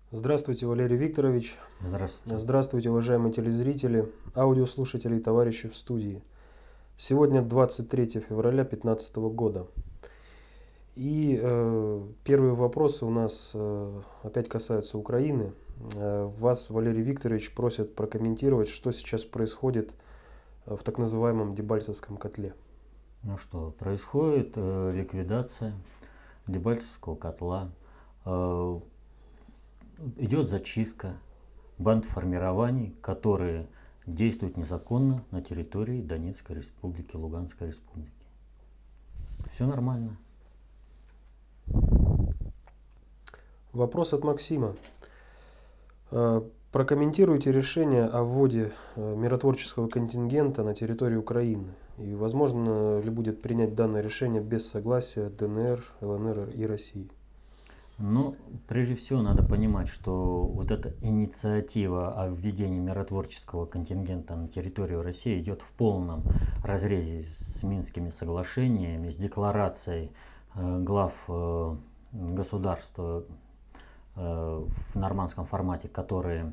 Здравствуйте, Валерий Викторович. Здравствуйте. Здравствуйте, уважаемые телезрители, аудиослушатели и товарищи в студии. Сегодня 23 февраля 2015 года. И первые вопросы у нас опять касаются Украины. Вас, Валерий Викторович, просят прокомментировать, что сейчас происходит в так называемом Дебальцевском котле. Ну что, происходит ликвидация Дебальцевского котла, идет зачистка бандформирований, которые действуют незаконно на территории Донецкой республики, Луганской республики. Все нормально. Вопрос от Максима. Прокомментируйте решение о вводе миротворческого контингента на территорию Украины. И возможно ли будет принять данное решение без согласия ДНР, ЛНР и России? Но прежде всего надо понимать, что вот эта инициатива о введении миротворческого контингента на территорию России идет в полном разрезе с Минскими соглашениями, с декларацией глав государства в нормандском формате, которые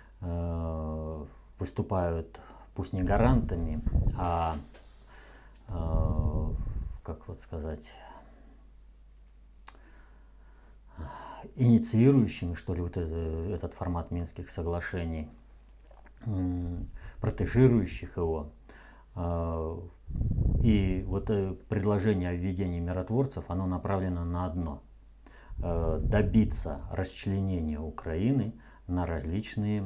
выступают пусть не гарантами, а как вот сказать, инициирующими, что ли, вот этот формат Минских соглашений, протежирующих его. И вот предложение о введении миротворцев, оно направлено на одно: добиться расчленения Украины на различные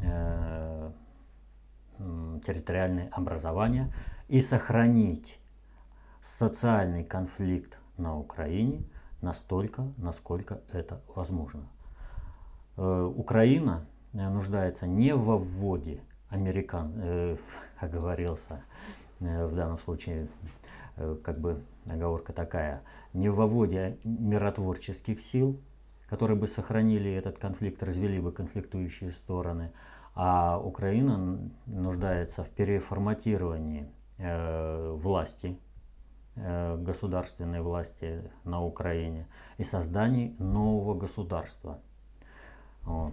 территориальные образования и сохранить социальный конфликт на Украине настолько, насколько это возможно. Украина нуждается не во вводе оговорился, в данном случае как бы оговорка такая, не в вводе миротворческих сил, которые бы сохранили этот конфликт, развели бы конфликтующие стороны, а Украина нуждается в переформатировании власти, государственной власти на Украине и создании нового государства. Вот.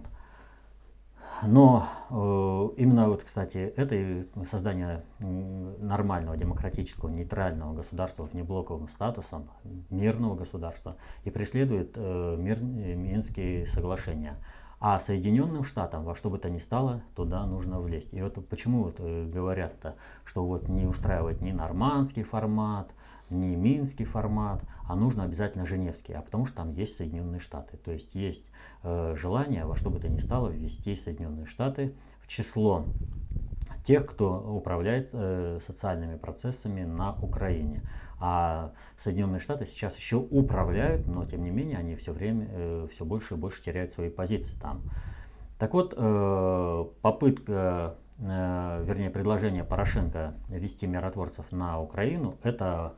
Но именно вот, кстати, это создание нормального, демократического, нейтрального государства с неблоковым статусом, мирного государства, и преследует Минские соглашения. А Соединенным Штатам во что бы то ни стало туда нужно влезть. И вот почему вот говорят-то, что вот не устраивает ни нормандский формат, не Минский формат, а нужно обязательно Женевский, а потому что там есть Соединенные Штаты. То есть есть желание во что бы то ни стало ввести Соединенные Штаты в число тех, кто управляет социальными процессами на Украине. А Соединенные Штаты сейчас еще управляют, но тем не менее они все время все больше и больше теряют свои позиции там. Так вот, попытка, вернее предложение Порошенко ввести миротворцев на Украину, это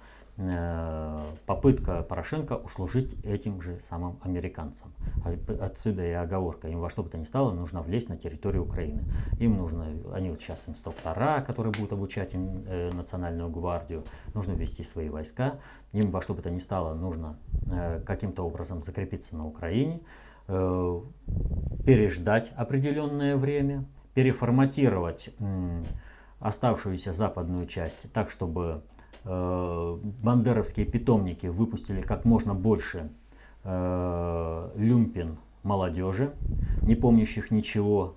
попытка Порошенко услужить этим же самым американцам. Отсюда и оговорка: им во что бы то ни стало нужно влезть на территорию Украины. Им нужно, они вот сейчас инструктора, которые будут обучать им национальную гвардию, нужно ввести свои войска, им во что бы то ни стало нужно каким-то образом закрепиться на Украине, переждать определенное время, переформатировать оставшуюся западную часть так, чтобы бандеровские питомники выпустили как можно больше люмпен молодежи, не помнящих ничего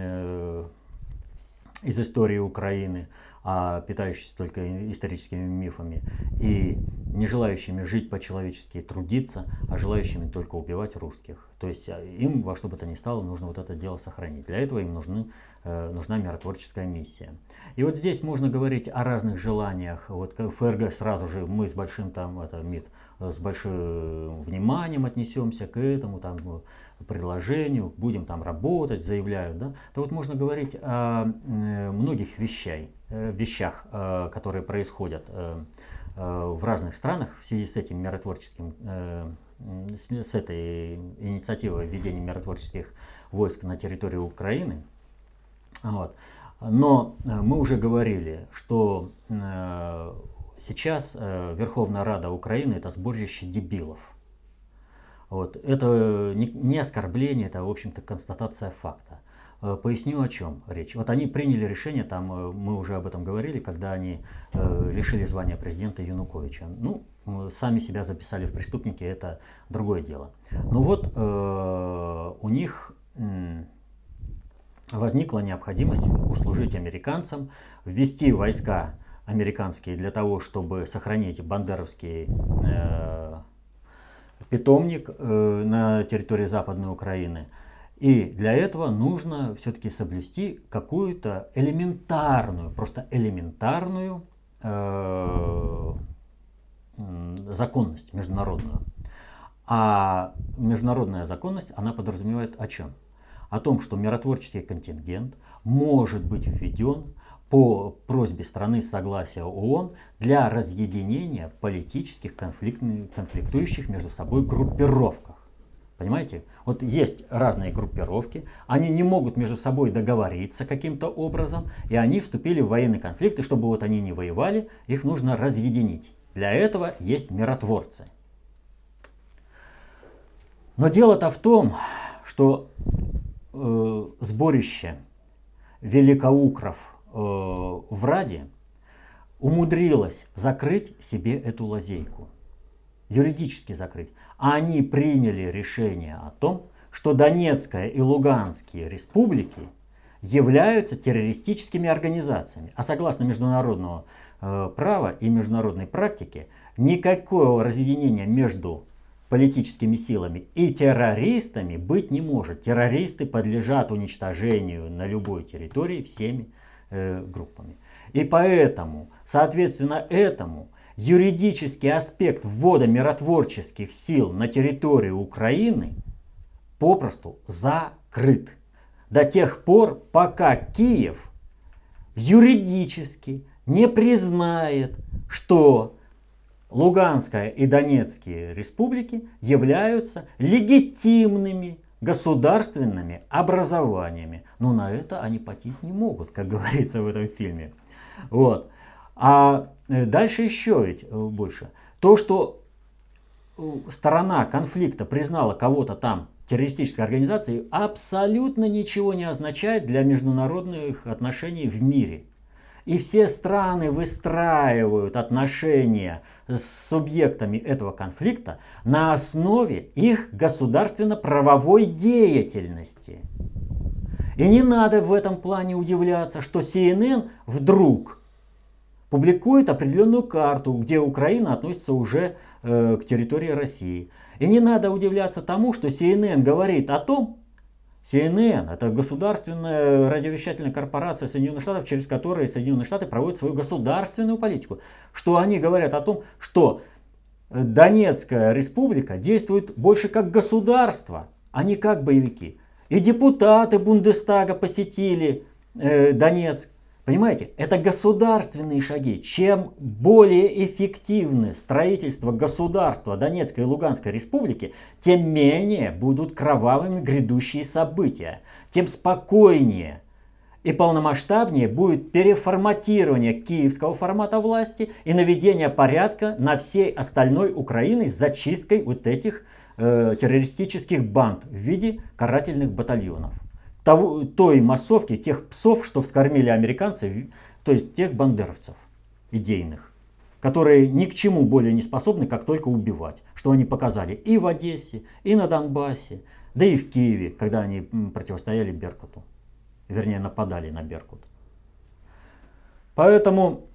из истории Украины, а питающихся только историческими мифами, и не желающими жить по-человечески, трудиться, а желающими только убивать русских. То есть им во что бы то ни стало нужно вот это дело сохранить. Для этого им нужна миротворческая миссия. И вот здесь можно говорить о разных желаниях. Вот ФРГ сразу же мы с большим МИД с большим вниманием отнесемся к этому предложению, будем там работать, заявляют. Да? То вот можно говорить о многих вещах, которые происходят в разных странах в связи с этим миротворческим, с этой инициативой введения миротворческих войск на территорию Украины. Вот. Но мы уже говорили, что сейчас Верховная Рада Украины — это сборище дебилов. Вот. Это не оскорбление, это, в общем-то, констатация факта. Поясню, о чем речь. Вот они приняли решение, там мы уже об этом говорили, когда они лишили звания президента Януковича. Ну, сами себя записали в преступники, это другое дело. Ну вот у них возникла необходимость услужить американцам, ввести войска американские для того, чтобы сохранить бандеровский питомник на территории Западной Украины. И для этого нужно все-таки соблюсти какую-то элементарную, просто элементарную законность международную. А международная законность, она подразумевает о чем? О том, что миротворческий контингент может быть введен по просьбе страны с согласия ООН для разъединения политических конфликтующих между собой группировках. Понимаете? Вот есть разные группировки, они не могут между собой договориться каким-то образом, и они вступили в военный конфликт, и чтобы вот они не воевали, их нужно разъединить. Для этого есть миротворцы. Но дело-то в том, что сборище великоукров в Раде умудрилось закрыть себе эту лазейку, юридически закрыть. Они приняли решение о том, что Донецкая и Луганские республики являются террористическими организациями. А согласно международного права и международной практике, никакого разъединения между политическими силами и террористами быть не может. Террористы подлежат уничтожению на любой территории всеми группами. И поэтому, соответственно этому, юридический аспект ввода миротворческих сил на территорию Украины попросту закрыт. До тех пор, пока Киев юридически не признает, что Луганская и Донецкие республики являются легитимными государственными образованиями. Но на это они платить не могут, как говорится в этом фильме. Вот. А дальше еще ведь больше. То, что сторона конфликта признала кого-то там террористической организацией, абсолютно ничего не означает для международных отношений в мире. И все страны выстраивают отношения с субъектами этого конфликта на основе их государственно-правовой деятельности. И не надо в этом плане удивляться, что CNN вдруг публикует определенную карту, где Украина относится уже к территории России. И не надо удивляться тому, что CNN говорит о том, CNN – это государственная радиовещательная корпорация Соединенных Штатов, через которую Соединенные Штаты проводят свою государственную политику. Что они говорят о том, что Донецкая республика действует больше как государство, а не как боевики. И депутаты Бундестага посетили Донецк. Понимаете, это государственные шаги. Чем более эффективны строительство государства Донецкой и Луганской республики, тем менее будут кровавыми грядущие события. Тем спокойнее и полномасштабнее будет переформатирование киевского формата власти и наведение порядка на всей остальной Украине с зачисткой вот этих террористических банд в виде карательных батальонов. Той массовки, тех псов, что вскормили американцы, то есть тех бандеровцев идейных, которые ни к чему более не способны, как только убивать. Что они показали и в Одессе, и на Донбассе, да и в Киеве, когда они противостояли Беркуту. Вернее, нападали на Беркут. Поэтому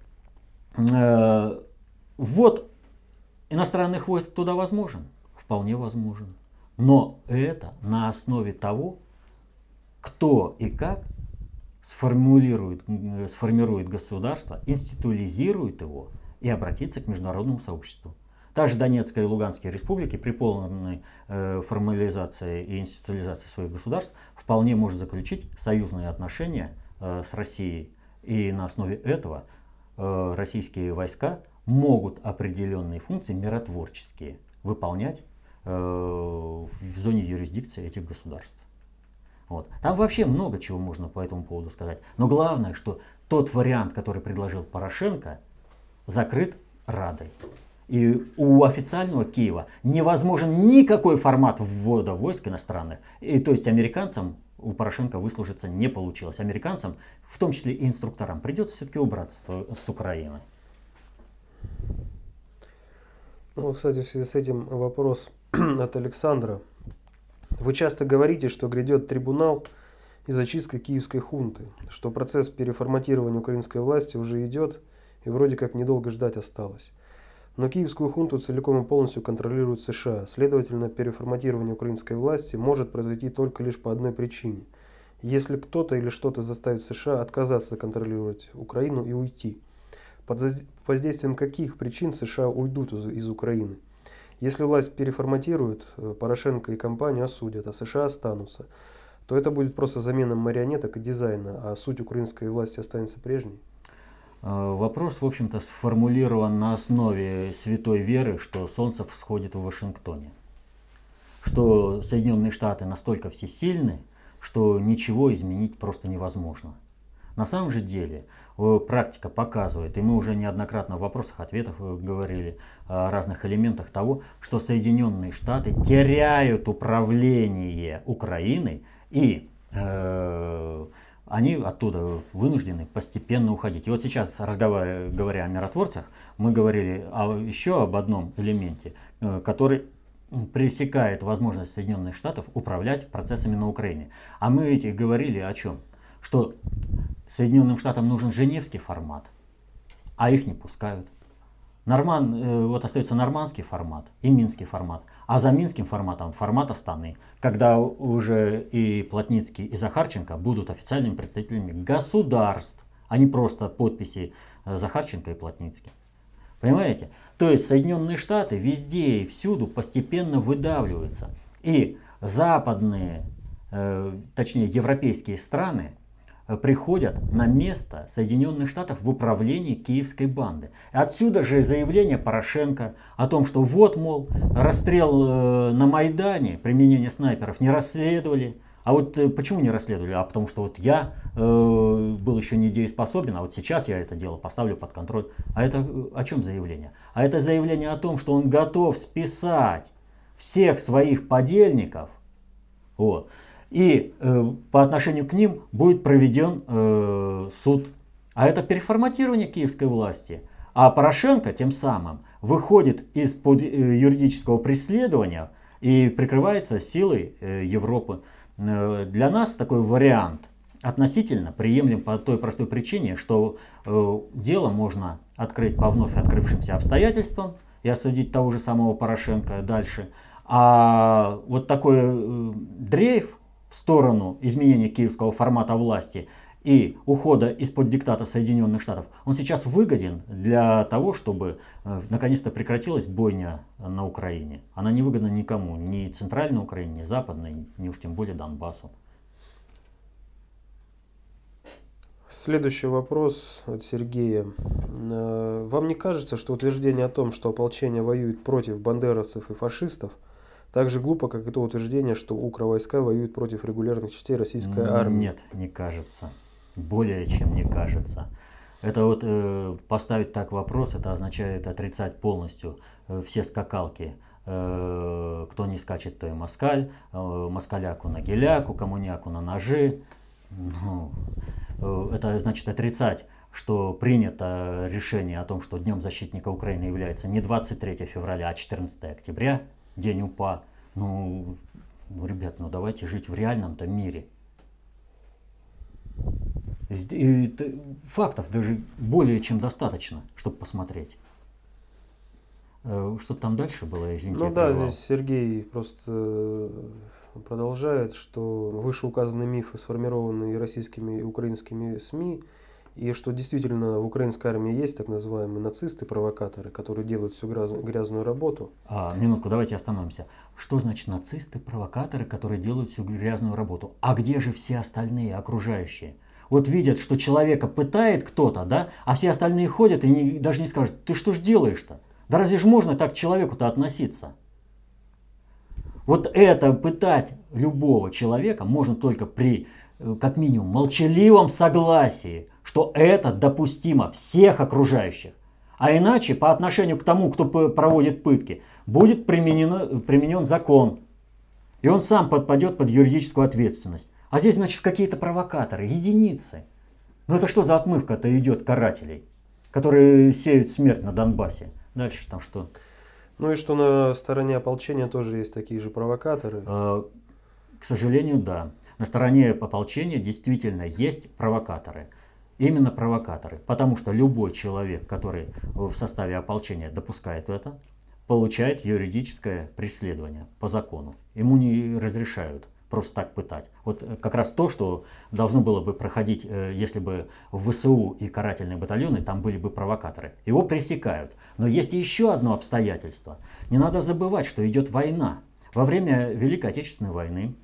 ввод иностранных войск туда возможен. Вполне возможен. Но это на основе того, кто и как сформирует государство, институализирует его и обратится к международному сообществу. Та же Донецкая и Луганские республики при полной формализации и институализации своих государств вполне может заключить союзные отношения с Россией. И на основе этого российские войска могут определенные функции миротворческие выполнять в зоне юрисдикции этих государств. Вот. Там вообще много чего можно по этому поводу сказать. Но главное, что тот вариант, который предложил Порошенко, закрыт Радой. И у официального Киева невозможен никакой формат ввода войск иностранных. И, то есть американцам у Порошенко выслужиться не получилось. Американцам, в том числе и инструкторам, придется все-таки убраться с Украины. Ну, кстати, в связи с этим вопрос от Александра. Вы часто говорите, что грядет трибунал и зачистка киевской хунты, что процесс переформатирования украинской власти уже идет и вроде как недолго ждать осталось. Но киевскую хунту целиком и полностью контролирует США. Следовательно, переформатирование украинской власти может произойти только лишь по одной причине. Если кто-то или что-то заставит США отказаться контролировать Украину и уйти. Под воздействием каких причин США уйдут из Украины? Если власть переформатируют, Порошенко и компанию осудят, а США останутся, то это будет просто замена марионеток и дизайна, а суть украинской власти останется прежней. Вопрос, в общем-то, сформулирован на основе святой веры, что солнце всходит в Вашингтоне. Что Соединенные Штаты настолько всесильны, что ничего изменить просто невозможно. На самом же деле практика показывает, и мы уже неоднократно в вопросах-ответах говорили о разных элементах того, что Соединенные Штаты теряют управление Украиной, и они оттуда вынуждены постепенно уходить. И вот сейчас, говоря о миротворцах, мы говорили еще об одном элементе, который пресекает возможность Соединенных Штатов управлять процессами на Украине. А мы говорили о чем? Что Соединенным Штатам нужен женевский формат, а их не пускают. Вот остается нормандский формат и минский формат. А за минским форматом формат Астаны, когда уже и Плотницкий, и Захарченко будут официальными представителями государств, а не просто подписи Захарченко и Плотницкий. Понимаете? То есть Соединенные Штаты везде и всюду постепенно выдавливаются. И западные, точнее европейские страны приходят на место Соединенных Штатов в управлении киевской банды. Отсюда же заявление Порошенко о том, что вот, мол, расстрел на Майдане, применение снайперов не расследовали. А вот почему не расследовали? А потому что вот я был еще недееспособен, а вот сейчас я это дело поставлю под контроль. А это о чем заявление? А это заявление о том, что он готов списать всех своих подельников. Вот. И по отношению к ним будет проведен суд. А это переформатирование киевской власти. А Порошенко тем самым выходит из-под юридического преследования и прикрывается силой Европы. Для нас такой вариант относительно приемлем по той простой причине, что дело можно открыть по вновь открывшимся обстоятельствам и осудить того же самого Порошенко дальше. А вот такой дрейф в сторону изменения киевского формата власти и ухода из-под диктата Соединенных Штатов, он сейчас выгоден для того, чтобы наконец-то прекратилась бойня на Украине. Она не выгодна никому, ни Центральной Украине, ни Западной, ни уж тем более Донбассу. Следующий вопрос от Сергея. Вам не кажется, что утверждение о том, что ополчение воюет против бандеровцев и фашистов, так же глупо, как и то утверждение, что укровойска воюют против регулярных частей российской армии? Нет, не кажется. Более чем не кажется. Это вот поставить так вопрос, это означает отрицать полностью все скакалки. Кто не скачет, то и москаль, москаляку на геляку, коммуняку на ножи. Ну, это значит отрицать, что принято решение о том, что Днем защитника Украины является не 23 февраля, а 14 октября, день УПА. Ну ребят, давайте жить в реальном-то мире. И фактов даже более чем достаточно, чтобы посмотреть. Что там дальше было, извините? Ну да, здесь Сергей просто продолжает, что вышеуказанные мифы сформированы и российскими, и украинскими СМИ, и что действительно в украинской армии есть так называемые нацисты-провокаторы, которые делают всю грязную работу. Минутку, давайте остановимся. Что значит нацисты-провокаторы, которые делают всю грязную работу? А где же все остальные окружающие? Вот видят, что человека пытает кто-то, да, а все остальные ходят и даже не скажут: ты что ж делаешь-то? Да разве же можно так к человеку-то относиться? Вот это пытать любого человека можно только при, как минимум, молчаливом согласии, что это допустимо всех окружающих. А иначе по отношению к тому, кто проводит пытки, будет применен закон. И он сам подпадет под юридическую ответственность. А здесь, значит, какие-то провокаторы, единицы. Ну это что за отмывка-то идет карателей, которые сеют смерть на Донбассе? Дальше там что? Ну и что на стороне ополчения тоже есть такие же провокаторы? К сожалению, да. На стороне ополчения действительно есть провокаторы. Именно провокаторы. Потому что любой человек, который в составе ополчения допускает это, получает юридическое преследование по закону. Ему не разрешают просто так пытать. Вот как раз то, что должно было бы проходить, если бы в ВСУ и карательные батальоны, там были бы провокаторы. Его пресекают. Но есть еще одно обстоятельство. Не надо забывать, что идет война. Во время Великой Отечественной войны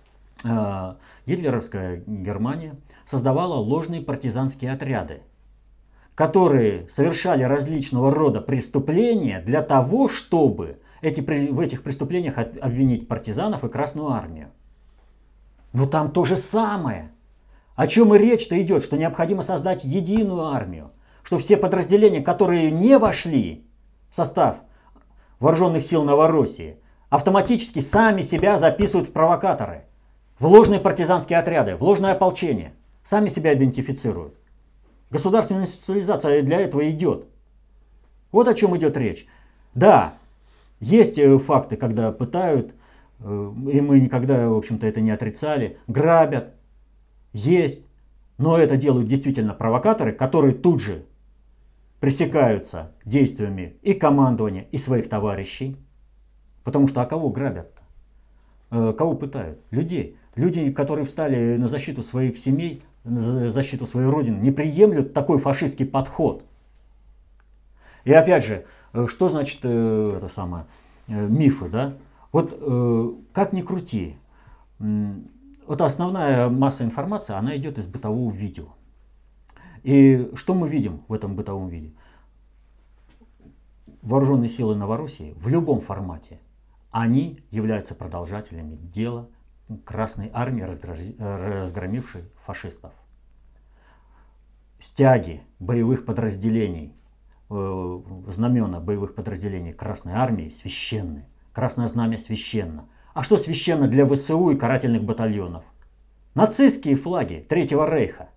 гитлеровская Германия создавала ложные партизанские отряды, которые совершали различного рода преступления для того, чтобы в этих преступлениях обвинить партизанов и Красную Армию. Но там то же самое. О чем и речь-то идет, что необходимо создать единую армию, что все подразделения, которые не вошли в состав вооруженных сил Новороссии, автоматически сами себя записывают в провокаторы, в ложные партизанские отряды, в ложное ополчение, сами себя идентифицируют. Государственная институциализация для этого идет. Вот о чем идет речь. Да, есть факты, когда пытают, и мы никогда, в общем-то, это не отрицали, грабят, есть, но это делают действительно провокаторы, которые тут же пресекаются действиями и командования, и своих товарищей. Потому что, а кого грабят-то? Кого пытают? Людей. Люди, которые встали на защиту своих семей, на защиту своей родины, не приемлют такой фашистский подход. И опять же, что значит мифы, да? Вот как ни крути, вот основная масса информации, она идет из бытового видео. И что мы видим в этом бытовом виде? Вооруженные силы Новороссии в любом формате, они являются продолжателями дела Красной Армии, разгромившей фашистов. Стяги боевых подразделений, знамена боевых подразделений Красной Армии священны. Красное знамя священно. А что священно для ВСУ и карательных батальонов? Нацистские флаги Третьего Рейха.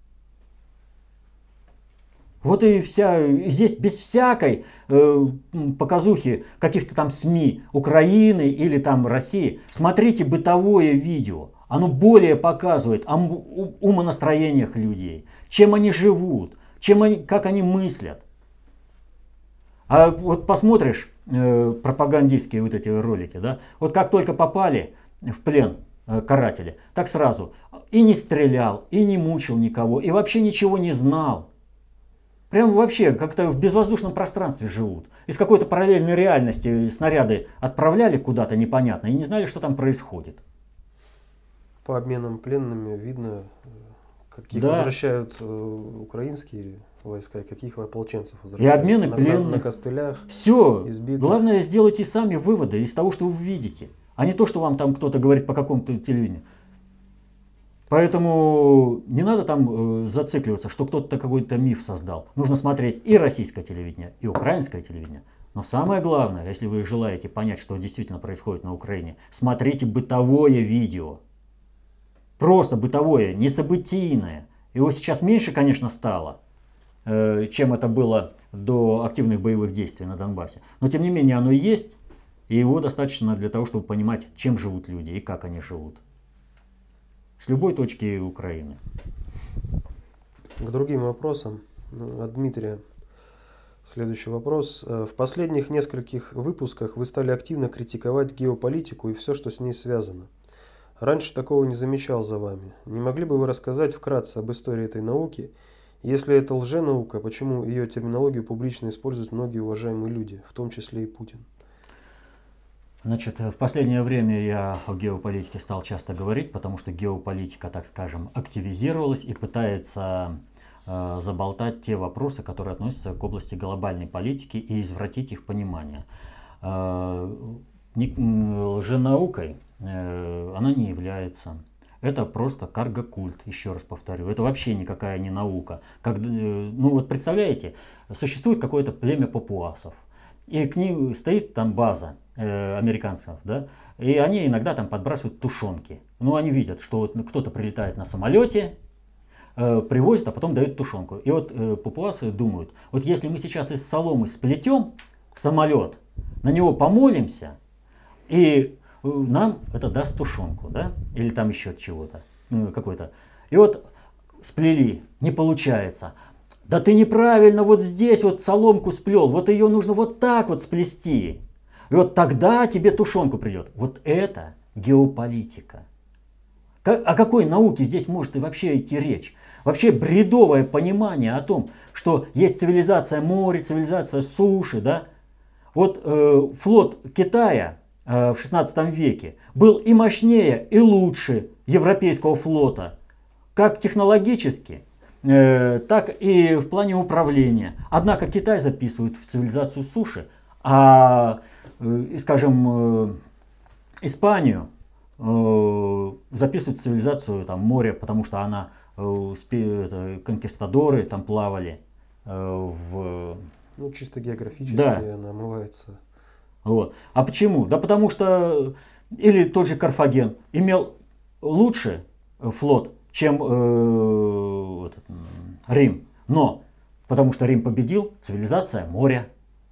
Вот и здесь без всякой показухи каких-то там СМИ Украины или там России. Смотрите бытовое видео. Оно более показывает о умонастроениях людей, чем они живут, как они мыслят. А вот посмотришь пропагандистские вот эти ролики, да, вот как только попали в плен каратели, так сразу и не стрелял, и не мучил никого, и вообще ничего не знал. Прям вообще как-то в безвоздушном пространстве живут. Из какой-то параллельной реальности снаряды отправляли куда-то непонятно и не знали, что там происходит. По обменам пленными видно, каких возвращают украинские войска, и каких ополченцев возвращают. И обмены пленных. На костылях. Все. Избитых. Главное, сделайте сами выводы из того, что вы видите. А не то, что вам там кто-то говорит по какому-то телевидению. Поэтому не надо там зацикливаться, что кто-то какой-то миф создал. Нужно смотреть и российское телевидение, и украинское телевидение. Но самое главное, если вы желаете понять, что действительно происходит на Украине, смотрите бытовое видео. Просто бытовое, не событийное. Его сейчас меньше, конечно, стало, чем это было до активных боевых действий на Донбассе. Но тем не менее оно есть, и его достаточно для того, чтобы понимать, чем живут люди и как они живут. С любой точки Украины. К другим вопросам. От Дмитрия. Следующий вопрос. В последних нескольких выпусках вы стали активно критиковать геополитику и все, что с ней связано. Раньше такого не замечал за вами. Не могли бы вы рассказать вкратце об истории этой науки? Если это лженаука, почему ее терминологию публично используют многие уважаемые люди, в том числе и Путин? Значит, в последнее время я о геополитике стал часто говорить, потому что геополитика, так скажем, активизировалась и пытается заболтать те вопросы, которые относятся к области глобальной политики и извратить их понимание. Лженаукой она не является. это просто карго-культ, еще раз повторю. Это вообще никакая не наука. Ну вот представляете, существует какое-то племя папуасов, и к ним стоит там база американцев, да, и они иногда там подбрасывают тушенки. Ну они видят, что вот кто-то прилетает на самолете, привозит, а потом дают тушенку. И вот папуасы думают, вот если мы сейчас из соломы сплетем самолет, на него помолимся, и нам это даст тушенку, да, или там еще чего-то, какой-то. И вот сплели, не получается. Да ты неправильно вот здесь вот соломку сплел, вот ее нужно вот так вот сплести. И вот тогда тебе тушенку придет. Вот это геополитика. О какой науке здесь может и вообще идти речь? Вообще бредовое понимание о том, что есть цивилизация моря, цивилизация суши, да? Вот флот Китая в 16 веке был и мощнее, и лучше европейского флота, как технологически, так и в плане управления. Однако Китай записывают в цивилизацию суши, а, скажем, Испанию записывают в цивилизацию там, моря, потому что она конкистадоры там плавали в... Ну, чисто географически да. она омывается. Вот. А почему? Да потому что или тот же Карфаген имел лучше флот, чем Рим. Но потому что Рим победил, цивилизация моря.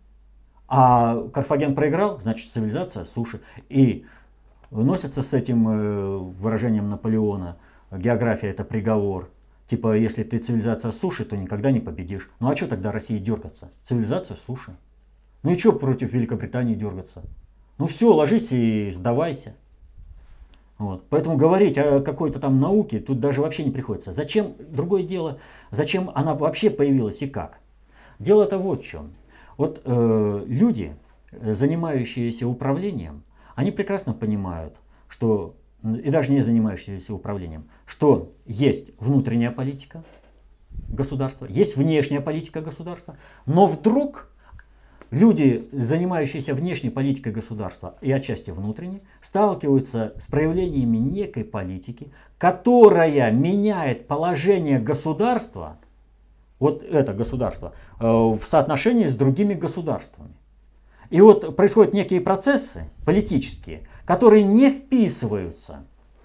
А Карфаген проиграл, значит цивилизация суши. И носятся с этим выражением Наполеона. География это приговор. Типа, если ты цивилизация суши, то никогда не победишь. Ну а что тогда России дергаться? Цивилизация суши. Ну и что против Великобритании дергаться? Ну все, ложись и сдавайся. Вот. Поэтому говорить о какой-то там науке тут даже вообще не приходится. Зачем, другое дело, зачем она вообще появилась и как? Дело-то вот в чем. Вот люди, занимающиеся управлением, они прекрасно понимают, что, и даже не занимающиеся управлением, что есть внутренняя политика государства, есть внешняя политика государства, но вдруг люди, занимающиеся внешней политикой государства и отчасти внутренней, сталкиваются с проявлениями некой политики, которая меняет положение государства, вот это государство, в соотношении с другими государствами. И вот происходят некие процессы политические, которые не вписываются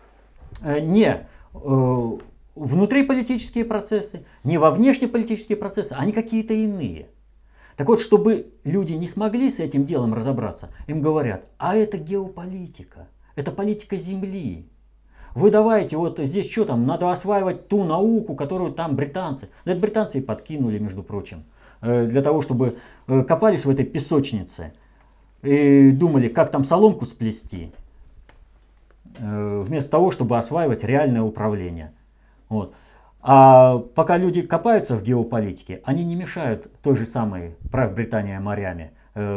не в внутриполитические процессы, не во внешнеполитические процессы, они какие-то иные. Так вот, чтобы люди не смогли с этим делом разобраться, им говорят, а это геополитика, это политика Земли. Вы давайте, вот здесь что там, надо осваивать ту науку, которую там британцы. Да это британцы и подкинули, между прочим, для того, чтобы копались в этой песочнице и думали, как там соломку сплести, вместо того, чтобы осваивать реальное управление. Вот. А пока люди копаются в геополитике, они не мешают той же самой Британия морями,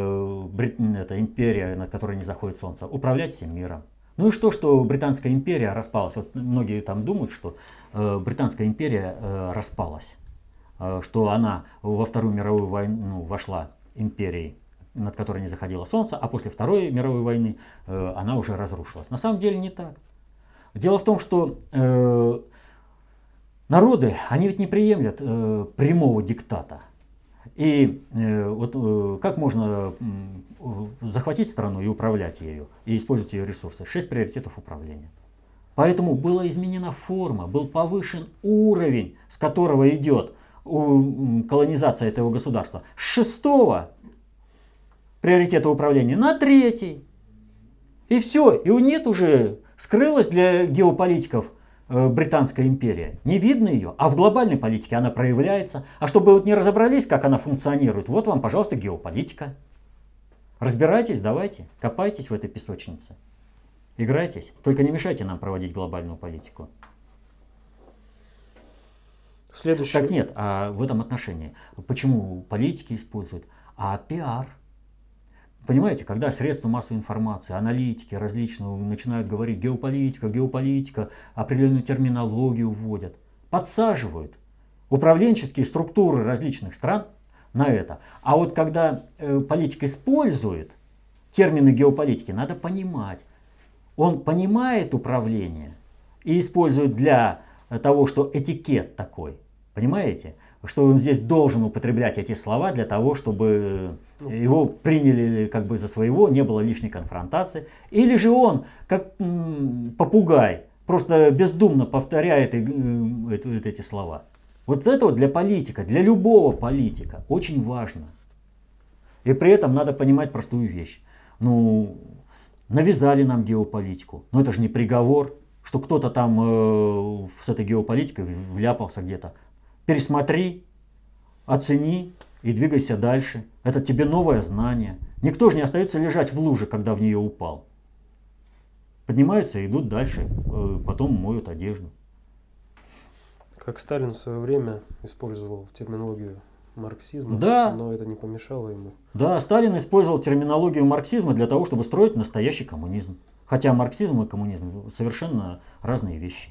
это империя, над которой не заходит солнце, управлять всем миром. Ну и что Британская империя распалась? Вот многие там думают, что Британская империя распалась, что она во Вторую мировую войну вошла империей, над которой не заходило солнце, а после Второй мировой войны она уже разрушилась. На самом деле не так. Дело в том, что народы, они ведь не приемлят прямого диктата. И вот как можно захватить страну и управлять ею, и использовать ее ресурсы? 6 приоритетов управления. Поэтому была изменена форма, был повышен уровень, с которого идет колонизация этого государства. С 6-го приоритета управления на 3-й. И все, и нет уже, скрылась для геополитиков Британская империя. Не видно ее, а в глобальной политике она проявляется. А чтобы вот не разобрались, как она функционирует, вот вам, пожалуйста, геополитика. Разбирайтесь, давайте, копайтесь в этой песочнице. Играйтесь, только не мешайте нам проводить глобальную политику. Следующий... Так нет, а в этом отношении, почему политики используют, а пиар. Понимаете, когда средства массовой информации, аналитики различные начинают говорить геополитика, определенную терминологию вводят, подсаживают управленческие структуры различных стран на это. А вот когда политик использует термины геополитики, надо понимать, он понимает управление и используют для того, что этикет такой. Понимаете? Что он здесь должен употреблять эти слова для того, чтобы его приняли как бы за своего, не было лишней конфронтации. Или же он, как попугай, просто бездумно повторяет эти слова. Вот это вот для политика, для любого политика очень важно. И при этом надо понимать простую вещь. Ну, навязали нам геополитику, но это же не приговор, что кто-то там с этой геополитикой вляпался где-то. Пересмотри, оцени и двигайся дальше. Это тебе новое знание. Никто же не остается лежать в луже, когда в нее упал. Поднимаются и идут дальше, потом моют одежду. Как Сталин в свое время использовал терминологию марксизма, Да. Но это не помешало ему. Да, Сталин использовал терминологию марксизма для того, чтобы строить настоящий коммунизм. Хотя марксизм и коммунизм совершенно разные вещи.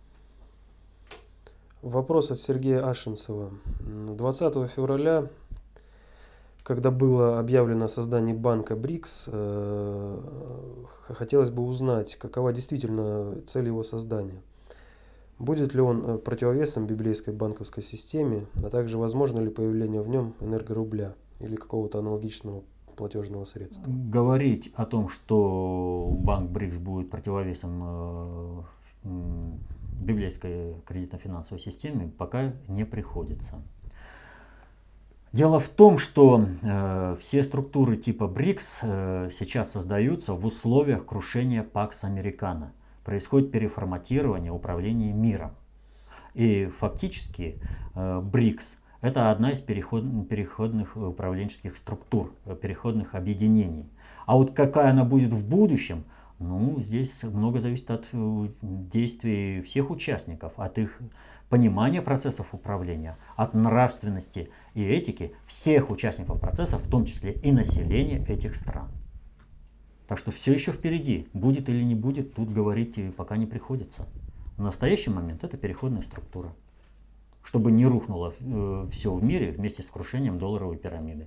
Вопрос от Сергея Ашинцева. 20 февраля, когда было объявлено о создании банка БРИКС, хотелось бы узнать, какова действительно цель его создания. Будет ли он противовесом библейской банковской системе, а также возможно ли появление в нем энергорубля или какого-то аналогичного платежного средства? Говорить о том, что банк БРИКС будет противовесом библейской кредитно-финансовой системе, пока не приходится. Дело в том, что все структуры типа БРИКС сейчас создаются в условиях крушения Пакс Американо. Происходит переформатирование управления миром. И фактически БРИКС – это одна из переходных управленческих структур, переходных объединений. А вот какая она будет в будущем, ну, здесь много зависит от действий всех участников, от их понимания процессов управления, от нравственности и этики всех участников процесса, в том числе и населения этих стран. Так что все еще впереди. Будет или не будет, тут говорить пока не приходится. В настоящий момент это переходная структура. Чтобы не рухнуло все в мире вместе с крушением долларовой пирамиды.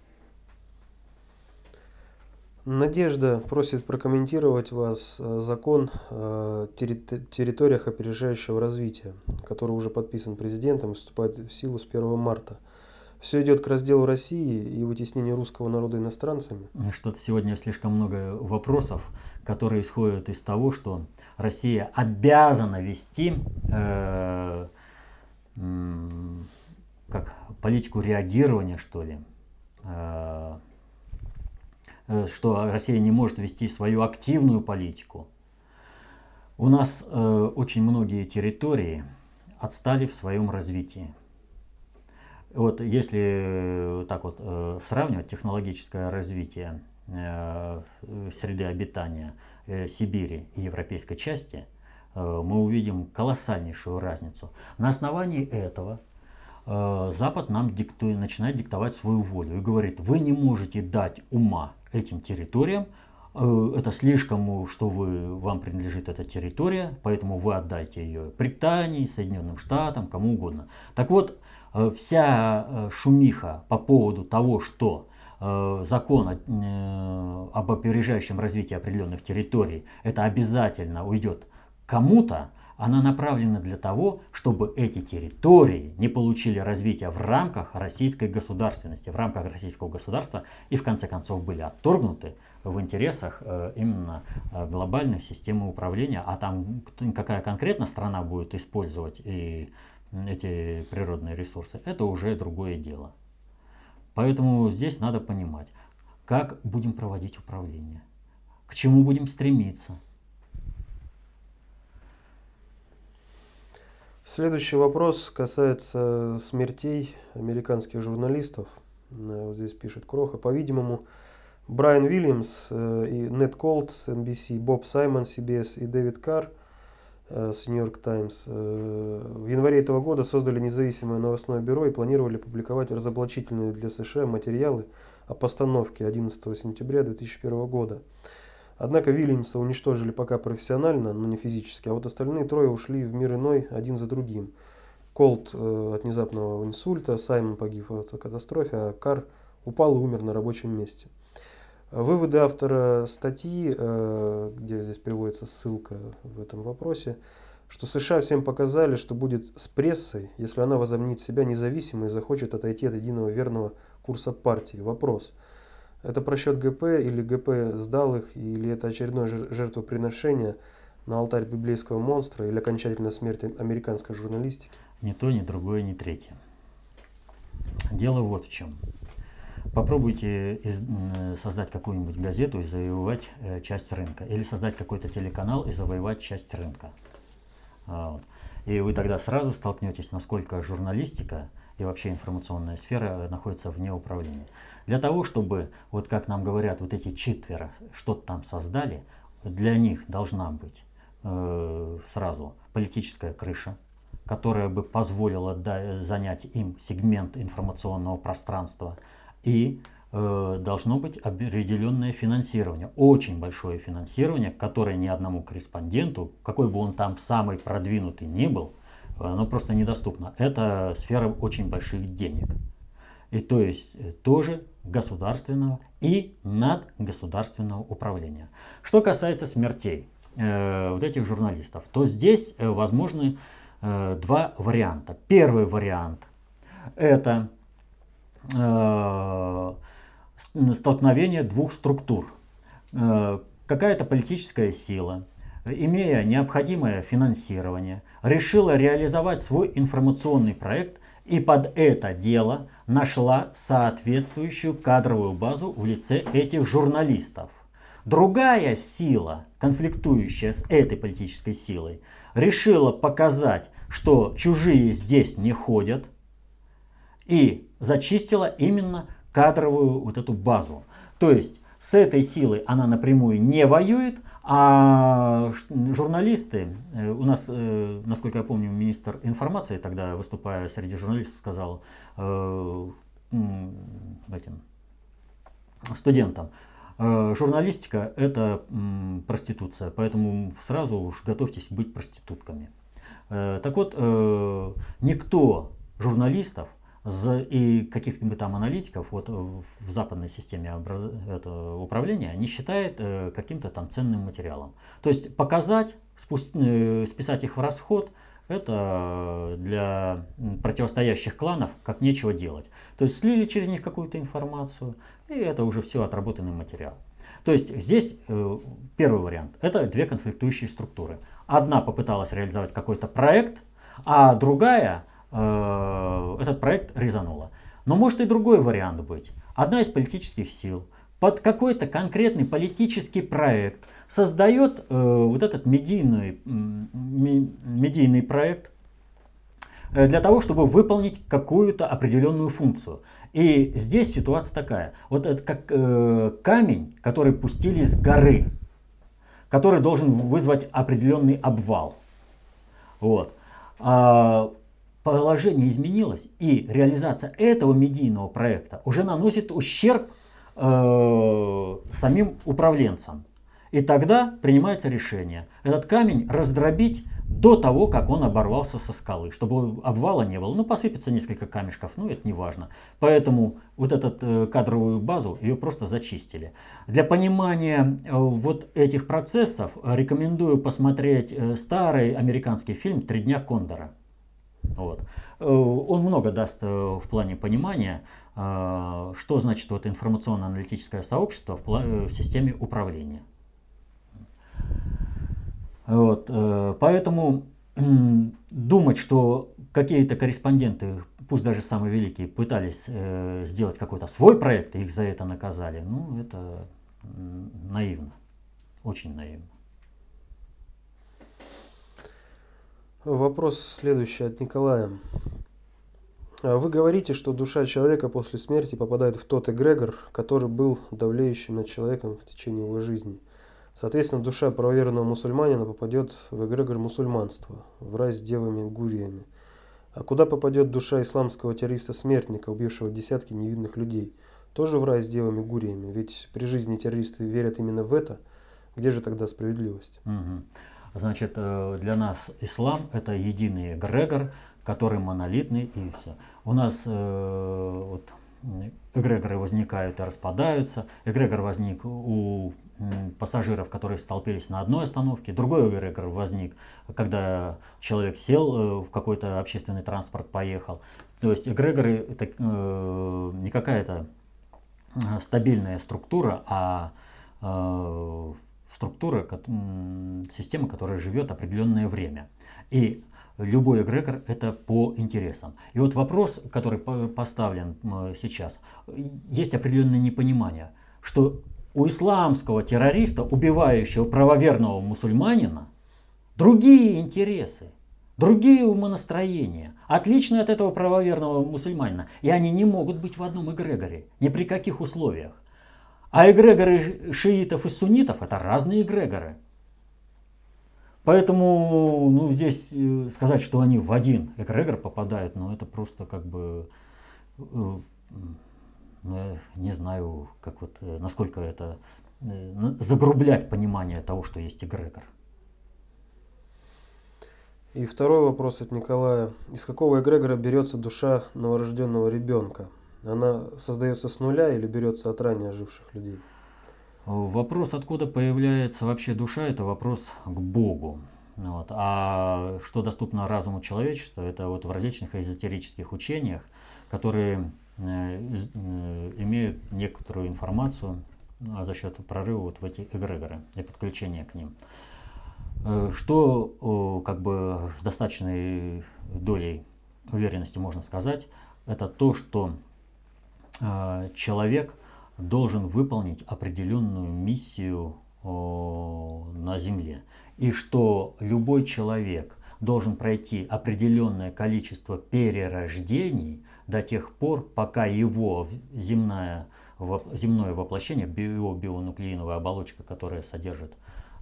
Надежда просит прокомментировать вас закон о территориях опережающего развития, который уже подписан президентом и вступает в силу с 1 марта. Все идет к разделу России и вытеснению русского народа иностранцами. Что-то сегодня слишком много вопросов, которые исходят из того, что Россия обязана вести как политику реагирования, что ли. Что Россия не может вести свою активную политику. У нас очень многие территории отстали в своем развитии. Вот если так вот сравнивать технологическое развитие среды обитания Сибири и европейской части, мы увидим колоссальнейшую разницу. На основании этого Запад нам начинает диктовать свою волю и говорит: вы не можете дать ума этим территориям, это слишком, что вам принадлежит эта территория, поэтому вы отдайте ее Британии, Соединенным Штатам, кому угодно. Так вот, вся шумиха по поводу того, что закон об опережающем развитии определенных территорий, это обязательно уйдет кому-то, она направлена для того, чтобы эти территории не получили развития в рамках российской государственности, в рамках российского государства и в конце концов были отторгнуты в интересах именно глобальной системы управления. А там какая конкретно страна будет использовать и эти природные ресурсы, это уже другое дело. Поэтому здесь надо понимать, как будем проводить управление, к чему будем стремиться. Следующий вопрос касается смертей американских журналистов. Вот здесь пишет Кроха. По-видимому, Брайан Уильямс и Нед Колт с NBC, Боб Саймон с CBS и Дэвид Карр с New York Times в январе этого года создали независимое новостное бюро и планировали публиковать разоблачительные для США материалы о постановке 11 сентября 2001 года. Однако Уильямса уничтожили пока профессионально, но не физически, а вот остальные трое ушли в мир иной один за другим. Колт от внезапного инсульта, Саймон погиб в автокатастрофе, а Карр упал и умер на рабочем месте. Выводы автора статьи, где здесь приводится ссылка в этом вопросе, что США всем показали, что будет с прессой, если она возомнит себя независимой и захочет отойти от единого верного курса партии. Вопрос. Это просчет ГП или ГП сдал их, или это очередное жертвоприношение на алтарь библейского монстра или окончательная смерть американской журналистики? Ни то, ни другое, ни третье. Дело вот в чем. Попробуйте создать какую-нибудь газету и завоевать часть рынка. Или создать какой-то телеканал и завоевать часть рынка. Вот. И вы тогда сразу столкнетесь, насколько журналистика и вообще информационная сфера находится вне управления. Для того, чтобы, вот как нам говорят, вот эти четверо что-то там создали, для них должна быть сразу политическая крыша, которая бы позволила занять им сегмент информационного пространства. И должно быть определенное финансирование, очень большое финансирование, которое ни одному корреспонденту, какой бы он там самый продвинутый ни был, оно просто недоступно. Это сфера очень больших денег. И то есть тоже государственного и надгосударственного управления. Что касается смертей вот этих журналистов, то здесь возможны два варианта. Первый вариант — это столкновение двух структур. Какая-то политическая сила, имея необходимое финансирование, решила реализовать свой информационный проект и под это дело нашла соответствующую кадровую базу в лице этих журналистов. Другая сила, конфликтующая с этой политической силой, решила показать, что чужие здесь не ходят, и зачистила именно кадровую вот эту базу. То есть с этой силой она напрямую не воюет, а журналисты, у нас, насколько я помню, министр информации тогда, выступая среди журналистов, сказал этим студентам: журналистика — это проституция, поэтому сразу уж готовьтесь быть проститутками. Так вот, никто журналистов и каких-то там аналитиков вот в западной системе управления не считает каким-то там ценным материалом. То есть показать, списать их в расход — это для противостоящих кланов как нечего делать. То есть слили через них какую-то информацию, и это уже все отработанный материал. То есть здесь первый вариант — это две конфликтующие структуры. Одна попыталась реализовать какой-то проект, а другая этот проект резанула. Но может и другой вариант быть. Одна из политических сил под какой-то конкретный политический проект создает вот этот медийный проект для того, чтобы выполнить какую-то определенную функцию. И здесь ситуация такая. Вот это как камень, который пустили с горы, который должен вызвать определенный обвал. Вот. Положение изменилось, и реализация этого медийного проекта уже наносит ущерб самим управленцам. И тогда принимается решение этот камень раздробить до того, как он оборвался со скалы, чтобы обвала не было. Ну, посыпется несколько камешков, ну, это не важно. Поэтому вот эту кадровую базу, ее просто зачистили. Для понимания вот этих процессов рекомендую посмотреть старый американский фильм «Три дня Кондора». Вот. Он много даст в плане понимания, что значит вот информационно-аналитическое сообщество в системе управления. Вот. Поэтому думать, что какие-то корреспонденты, пусть даже самые великие, пытались сделать какой-то свой проект и их за это наказали, ну, это наивно, очень наивно. Вопрос следующий от Николая. Вы говорите, что душа человека после смерти попадает в тот эгрегор, который был давлеющим над человеком в течение его жизни. Соответственно, душа правоверного мусульманина попадет в эгрегор мусульманства, в рай с девами-гуриями. А куда попадет душа исламского террориста-смертника, убившего десятки невинных людей? Тоже в рай с девами-гуриями? Ведь при жизни террористы верят именно в это. Где же тогда справедливость? Угу. Значит, для нас ислам — это единый эгрегор, который монолитный, и все. У нас вот эгрегоры возникают и распадаются. Эгрегор возник у пассажиров, которые столпились на одной остановке. Другой эгрегор возник, когда человек сел в какой-то общественный транспорт, поехал. То есть эгрегоры это не какая-то стабильная структура, а структура, система, которая живет определенное время. И любой эгрегор это по интересам. И вот вопрос, который поставлен сейчас, есть определенное непонимание, что у исламского террориста, убивающего правоверного мусульманина, другие интересы, другие умонастроения, отличные от этого правоверного мусульманина. И они не могут быть в одном эгрегоре, ни при каких условиях. А эгрегоры шиитов и суннитов это разные эгрегоры. Поэтому здесь сказать, что они в один эгрегор попадают, это просто как бы, не знаю, насколько это загрублять понимание того, что есть эгрегор. И второй вопрос от Николая. Из какого эгрегора берется душа новорожденного ребенка? Она создается с нуля или берется от ранее живших людей? Вопрос, откуда появляется вообще душа, это вопрос к Богу. А что доступно разуму человечества, это в различных эзотерических учениях, которые имеют некоторую информацию за счет прорыва в эти эгрегоры и подключения к ним. Что с достаточной долей уверенности можно сказать, это то, что человек должен выполнить определенную миссию на Земле. И что любой человек должен пройти определенное количество перерождений до тех пор, пока его земное воплощение, его бионуклеиновая оболочка, которая содержит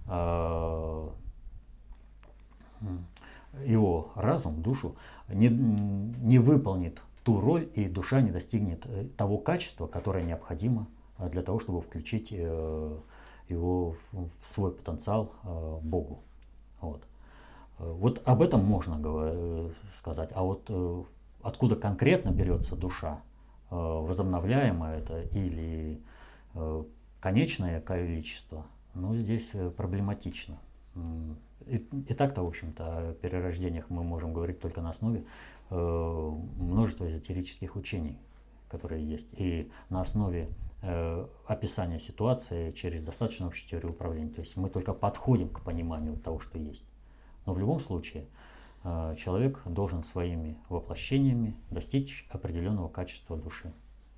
его разум, душу, не выполнит ту роль, и душа не достигнет того качества, которое необходимо для того, чтобы включить его в свой потенциал Богу. Вот об этом можно сказать. А вот откуда конкретно берется душа, возобновляемое это или конечное количество, здесь проблематично. И так-то, в общем-то, о перерождениях мы можем говорить только на основе множества эзотерических учений, которые есть, и на основе описания ситуации через достаточно общую теорию управления. То есть мы только подходим к пониманию того, что есть. Но в любом случае человек должен своими воплощениями достичь определенного качества души.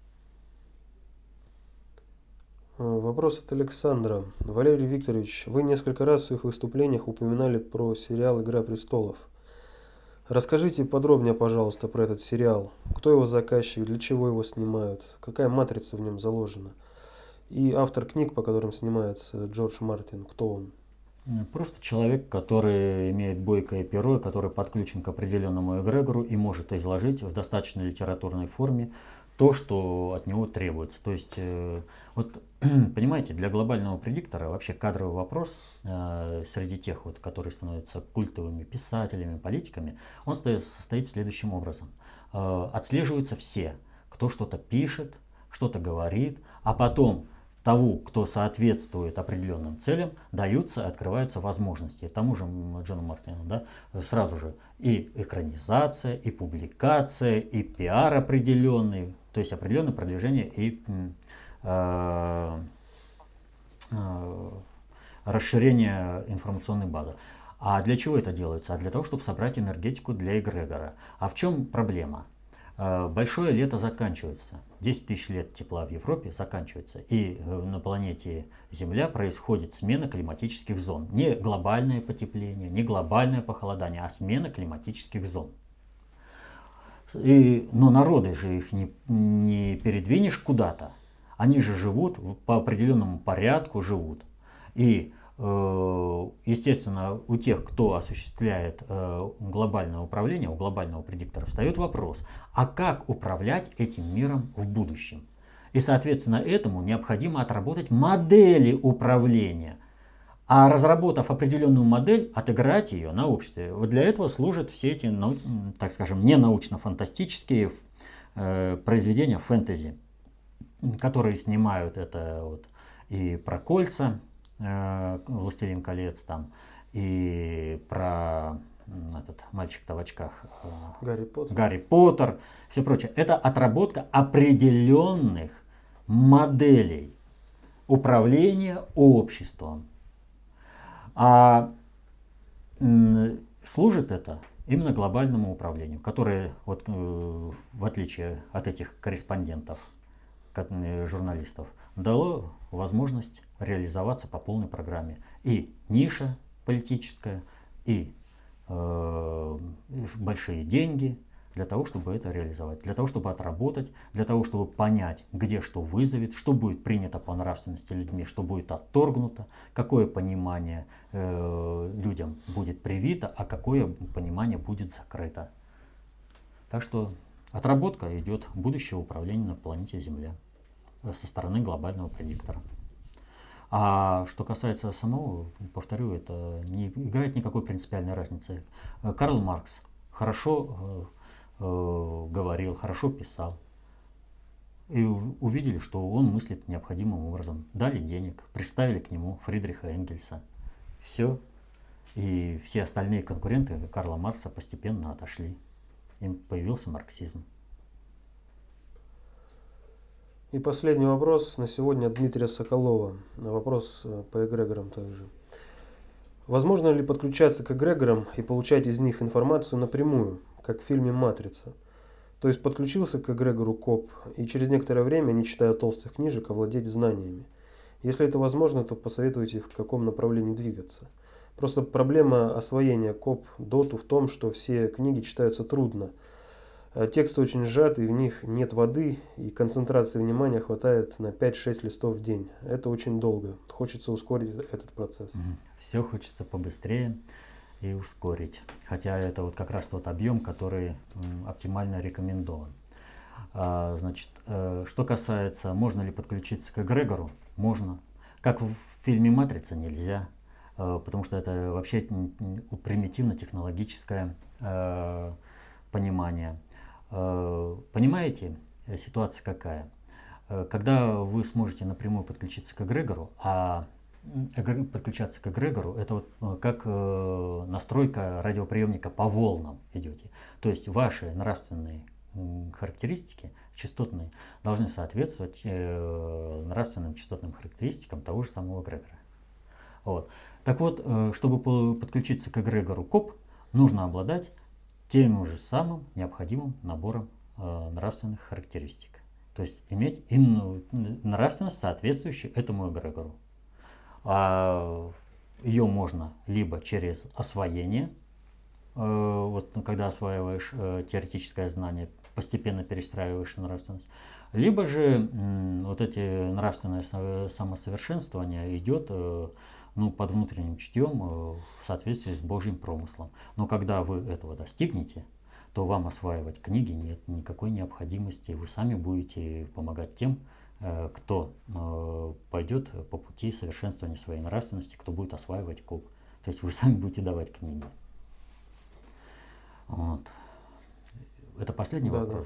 Вопрос от Александра. Валерий Викторович, вы несколько раз в своих выступлениях упоминали про сериал «Игра престолов». Расскажите подробнее, пожалуйста, про этот сериал. Кто его заказчик, для чего его снимают, какая матрица в нем заложена. И автор книг, по которым снимается Джордж Мартин, кто он? Просто человек, который имеет бойкое перо, который подключен к определенному эгрегору и может изложить в достаточно литературной форме то, что от него требуется. То есть, понимаете, для глобального предиктора вообще кадровый вопрос среди тех, которые становятся культовыми писателями, политиками, он состоит следующим образом. Отслеживаются все, кто что-то пишет, что-то говорит, а потом тому, кто соответствует определенным целям, открываются возможности. Тому же Джону Мартину, сразу же и экранизация, и публикация, и пиар определенный, то есть определенное продвижение и расширение информационной базы. А для чего это делается? А для того, чтобы собрать энергетику для эгрегора. А в чем проблема? Большое лето заканчивается. 10 тысяч лет тепла в Европе заканчивается. И на планете Земля происходит смена климатических зон. Не глобальное потепление, не глобальное похолодание, а смена климатических зон. Но народы же их не передвинешь куда-то. Они же живут по определенному порядку живут. И естественно, у тех, кто осуществляет глобальное управление, у глобального предиктора встает вопрос, а как управлять этим миром в будущем? И, соответственно, этому необходимо отработать модели управления. А разработав определенную модель, отыграть ее на обществе. Вот для этого служат все эти, так скажем, не научно-фантастические произведения фэнтези, которые снимают это вот и про кольца, «Властелин колец» там, и про этот мальчик-то в очках, Гарри Поттер, все прочее. Это отработка определенных моделей управления обществом. А служит это именно глобальному управлению, которое, вот, в отличие от этих корреспондентов, журналистов, дало возможность реализоваться по полной программе. И ниша политическая, и большие деньги для того, чтобы это реализовать, для того, чтобы отработать, для того, чтобы понять, где что вызовет, что будет принято по нравственности людьми, что будет отторгнуто, какое понимание людям будет привито, а какое понимание будет закрыто. Так что отработка идет будущего управления на планете Земля со стороны глобального предиктора. А что касается самого, повторю, это не играет никакой принципиальной разницы. Карл Маркс хорошо говорил, хорошо писал. И увидели, что он мыслит необходимым образом. Дали денег, приставили к нему Фридриха Энгельса. Все. И все остальные конкуренты Карла Маркса постепенно отошли. Им появился марксизм. И последний вопрос на сегодня от Дмитрия Соколова. Вопрос по эгрегорам также. Возможно ли подключаться к эгрегорам и получать из них информацию напрямую, как в фильме «Матрица»? То есть подключился к эгрегору КОП и через некоторое время, не читая толстых книжек, овладеть знаниями. Если это возможно, то посоветуйте, в каком направлении двигаться. Просто проблема освоения КОП ДОТу в том, что все книги читаются трудно. Тексты очень сжаты, и в них нет воды, и концентрации внимания хватает на 5-6 листов в день. Это очень долго. Хочется ускорить этот процесс. Все хочется побыстрее и ускорить. Хотя это вот как раз тот объем, который оптимально рекомендован. Значит, что касается, можно ли подключиться к эгрегору, можно. Как в фильме «Матрица» нельзя, потому что это вообще примитивно-технологическое понимание. Понимаете, ситуация какая? Когда вы сможете напрямую подключиться к эгрегору, а подключаться к эгрегору, это вот как настройка радиоприемника по волнам идете. То есть ваши нравственные характеристики частотные должны соответствовать нравственным частотным характеристикам того же самого эгрегора. Вот. Так вот, чтобы подключиться к эгрегору КОП, нужно обладать тем же самым необходимым набором нравственных характеристик. То есть иметь нравственность, соответствующую этому эгрегору. Ее можно либо через освоение, вот, когда осваиваешь теоретическое знание, постепенно перестраиваешь нравственность, либо же вот эти нравственное самосовершенствование идет под внутренним чутьем в соответствии с Божьим промыслом. Но когда вы этого достигнете, то вам осваивать книги нет никакой необходимости. Вы сами будете помогать тем, кто пойдет по пути совершенствования своей нравственности, кто будет осваивать КОП. То есть вы сами будете давать книги. Вот. Это последний вопрос.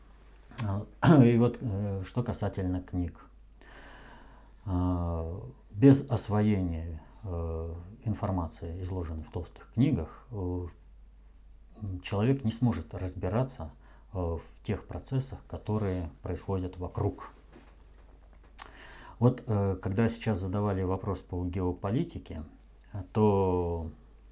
И вот что касательно книг. Без освоения информации, изложенной в толстых книгах, человек не сможет разбираться в тех процессах, которые происходят вокруг. Вот когда сейчас задавали вопрос по геополитике, то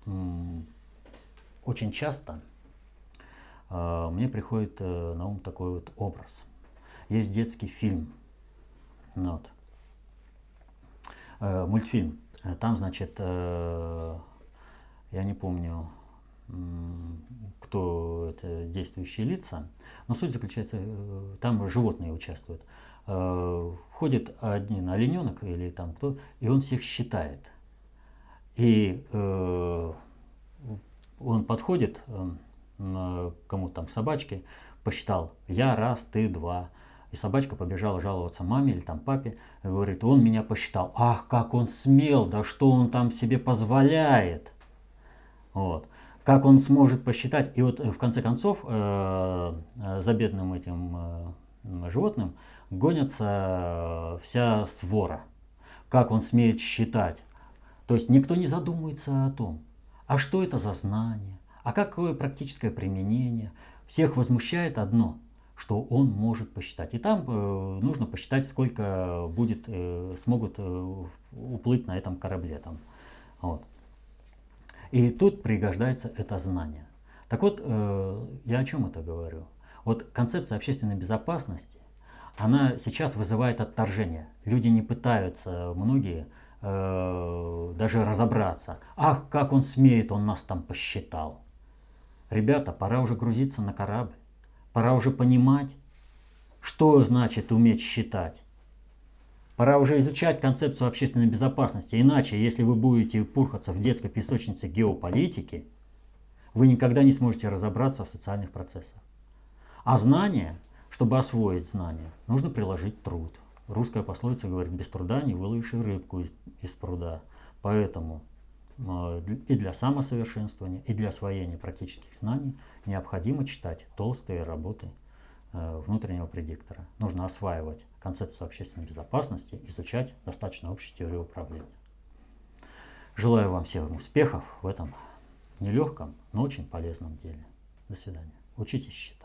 очень часто мне приходит на ум такой вот образ. Есть детский фильм, мультфильм. Там, значит, я не помню, кто это действующие лица, но суть заключается, там животные участвуют. Ходит один олененок или там кто, и он всех считает. И он подходит кому-то там, к собачке, посчитал: я раз, ты два. И собачка побежала жаловаться маме или там папе, и говорит: он меня посчитал. Ах, как он смел, да что он там себе позволяет. Вот. как он сможет посчитать. И вот в конце концов за бедным этим животным гонится вся свора. Как он смеет считать. То есть никто не задумывается о том, а что это за знание, а какое практическое применение. Всех возмущает одно, что он может посчитать. И там нужно посчитать, сколько будет, смогут уплыть на этом корабле. Там. Вот. И тут пригождается это знание. Так вот, я о чем это говорю? Вот концепция общественной безопасности, она сейчас вызывает отторжение. Люди не пытаются, многие, даже разобраться. Ах, как он смеет, он нас там посчитал. Ребята, пора уже грузиться на корабль. Пора уже понимать, что значит уметь считать. Пора уже изучать концепцию общественной безопасности. Иначе, если вы будете пурхаться в детской песочнице геополитики, вы никогда не сможете разобраться в социальных процессах. А знания, чтобы освоить знания, нужно приложить труд. Русская пословица говорит, без труда не выловишь и рыбку из пруда. Поэтому и для самосовершенствования, и для освоения практических знаний необходимо читать толстые работы внутреннего предиктора. Нужно осваивать концепцию общественной безопасности, изучать достаточно общую теорию управления. Желаю вам всем успехов в этом нелегком, но очень полезном деле. До свидания. Учитесь считать.